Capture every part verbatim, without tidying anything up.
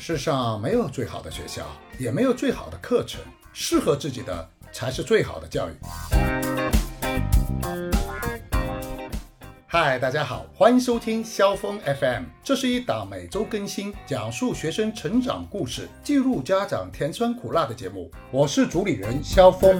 世上没有最好的学校，也没有最好的课程，适合自己的才是最好的教育。嗨，大家好，欢迎收听萧峰 F M， 这是一档每周更新，讲述学生成长故事，记录家长甜酸苦辣的节目。我是主理人萧峰。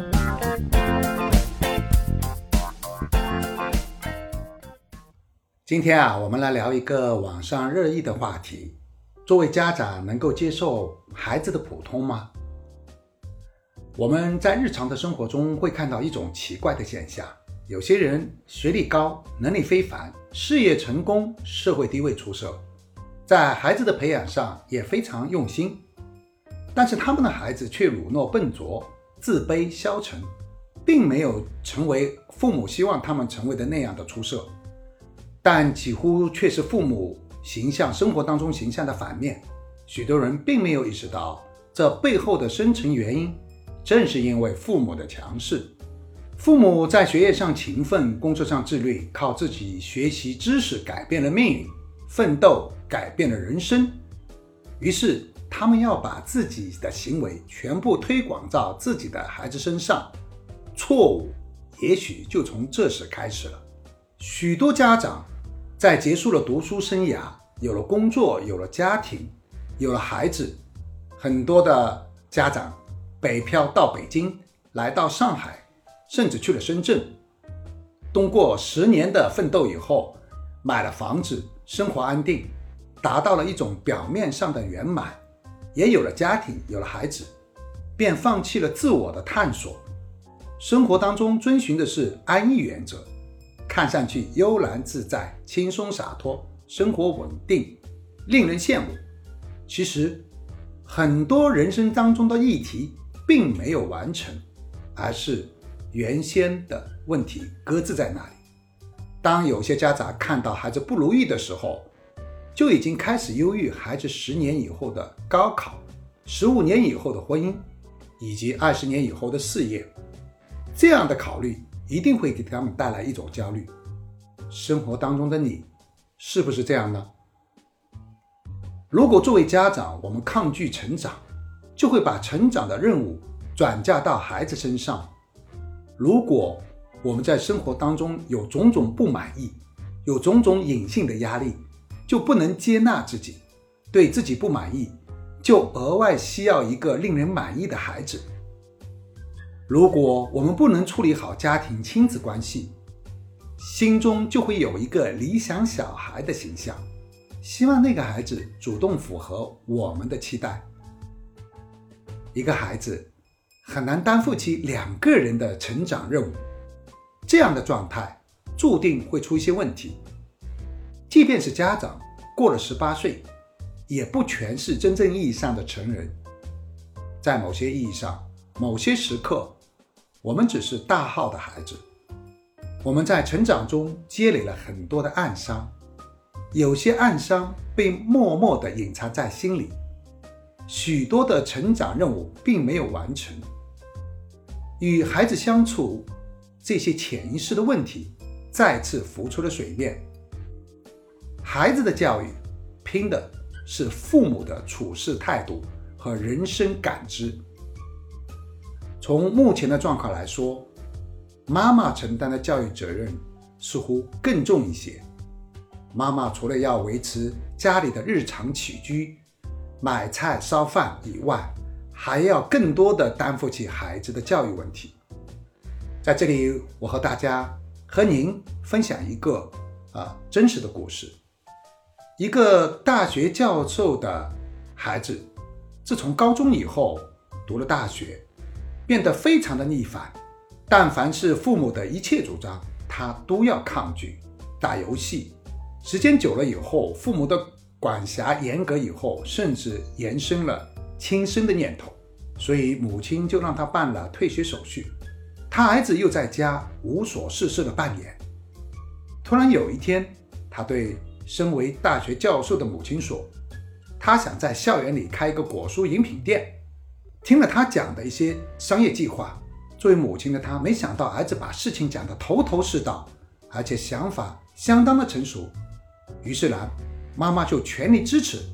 今天啊，我们来聊一个网上热议的话题：作为家长能够接受孩子的普通吗？我们在日常的生活中会看到一种奇怪的现象，有些人学历高，能力非凡，事业成功，社会地位出色，在孩子的培养上也非常用心，但是他们的孩子却鲁懦笨拙，自卑消沉，并没有成为父母希望他们成为的那样的出色，但几乎却是父母形象生活当中形象的反面。许多人并没有意识到这背后的深层原因，正是因为父母的强势。父母在学业上勤奋，工作上自律，靠自己学习知识改变了命运，奋斗改变了人生。于是他们要把自己的行为全部推广到自己的孩子身上，错误也许就从这时开始了。许多家长在结束了读书生涯，有了工作，有了家庭，有了孩子，很多的家长北漂到北京，来到上海，甚至去了深圳。通过十年的奋斗以后，买了房子，生活安定，达到了一种表面上的圆满，也有了家庭，有了孩子，便放弃了自我的探索。生活当中遵循的是安逸原则，看上去悠然自在，轻松洒脱，生活稳定，令人羡慕。其实很多人生当中的议题并没有完成，而是原先的问题搁置在那里。当有些家长看到孩子不如意的时候，就已经开始忧郁孩子十年以后的高考，十五年以后的婚姻，以及二十年以后的事业。这样的考虑一定会给他们带来一种焦虑。生活当中的你是不是这样呢？如果作为家长我们抗拒成长，就会把成长的任务转嫁到孩子身上。如果我们在生活当中有种种不满意，有种种隐性的压力，就不能接纳自己，对自己不满意，就额外需要一个令人满意的孩子。如果我们不能处理好家庭亲子关系，心中就会有一个理想小孩的形象，希望那个孩子主动符合我们的期待。一个孩子很难担负起两个人的成长任务，这样的状态注定会出一些问题。即便是家长过了十八岁，也不全是真正意义上的成人。在某些意义上，某些时刻，我们只是大号的孩子。我们在成长中积累了很多的暗伤，有些暗伤被默默地隐藏在心里，许多的成长任务并没有完成。与孩子相处，这些潜意识的问题再次浮出了水面。孩子的教育拼的是父母的处事态度和人生感知。从目前的状况来说，妈妈承担的教育责任似乎更重一些。妈妈除了要维持家里的日常起居，买菜烧饭以外，还要更多的担负起孩子的教育问题。在这里，我和大家和您分享一个、呃、真实的故事。一个大学教授的孩子，自从高中以后读了大学，变得非常的逆反，但凡是父母的一切主张，他都要抗拒。打游戏，时间久了以后，父母的管辖严格以后，甚至延伸了轻生的念头，所以母亲就让他办了退学手续。他儿子又在家无所事事了半年。突然有一天，他对身为大学教授的母亲说，他想在校园里开一个果蔬饮品店。听了他讲的一些商业计划，作为母亲的他没想到儿子把事情讲得头头是道，而且想法相当的成熟。于是呢，妈妈就全力支持，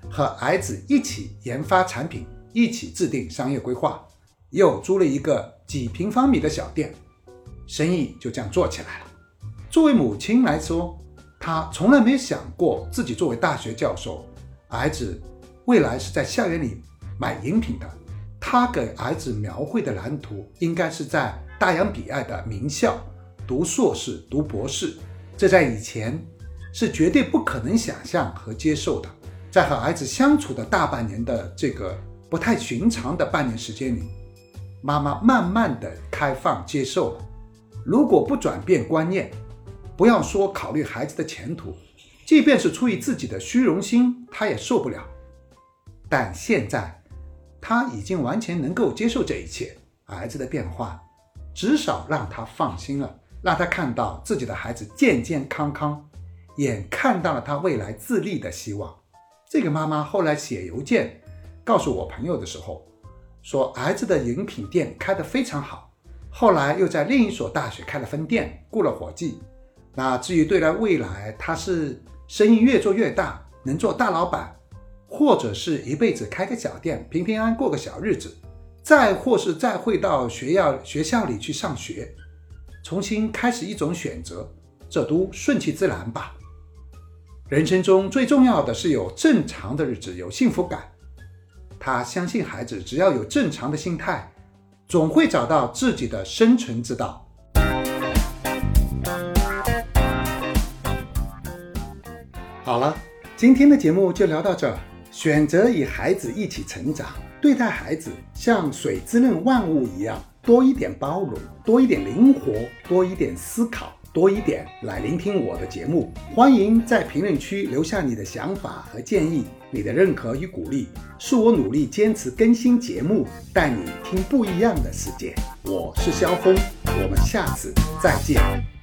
和儿子一起研发产品，一起制定商业规划，又租了一个几平方米的小店，生意就这样做起来了。作为母亲来说，她从来没有想过自己作为大学教授，儿子未来是在校园里买饮品的。她给儿子描绘的蓝图应该是在大洋彼岸的名校读硕士读博士，这在以前是绝对不可能想象和接受的。在和儿子相处的大半年的这个不太寻常的半年时间里，妈妈慢慢的开放接受了。如果不转变观念，不要说考虑孩子的前途，即便是出于自己的虚荣心，她也受不了。但现在她已经完全能够接受这一切，儿子的变化至少让她放心了，让她看到自己的孩子健健康康，也看到了他未来自立的希望。这个妈妈后来写邮件告诉我朋友的时候说，儿子的饮品店开得非常好，后来又在另一所大学开了分店，雇了伙计。那至于对待未来，他是生意越做越大，能做大老板，或者是一辈子开个小店，平平安安过个小日子，再或是再回到学校学校里去上学，重新开始一种选择，这都顺其自然吧。人生中最重要的是有正常的日子，有幸福感。他相信孩子只要有正常的心态，总会找到自己的生存之道。好了，今天的节目就聊到这儿。选择与孩子一起成长，对待孩子像水滋润万物一样，多一点包容，多一点灵活，多一点思考，多一点来聆听我的节目。欢迎在评论区留下你的想法和建议，你的认可与鼓励是我努力坚持更新节目，带你听不一样的世界。我是萧峰，我们下次再见。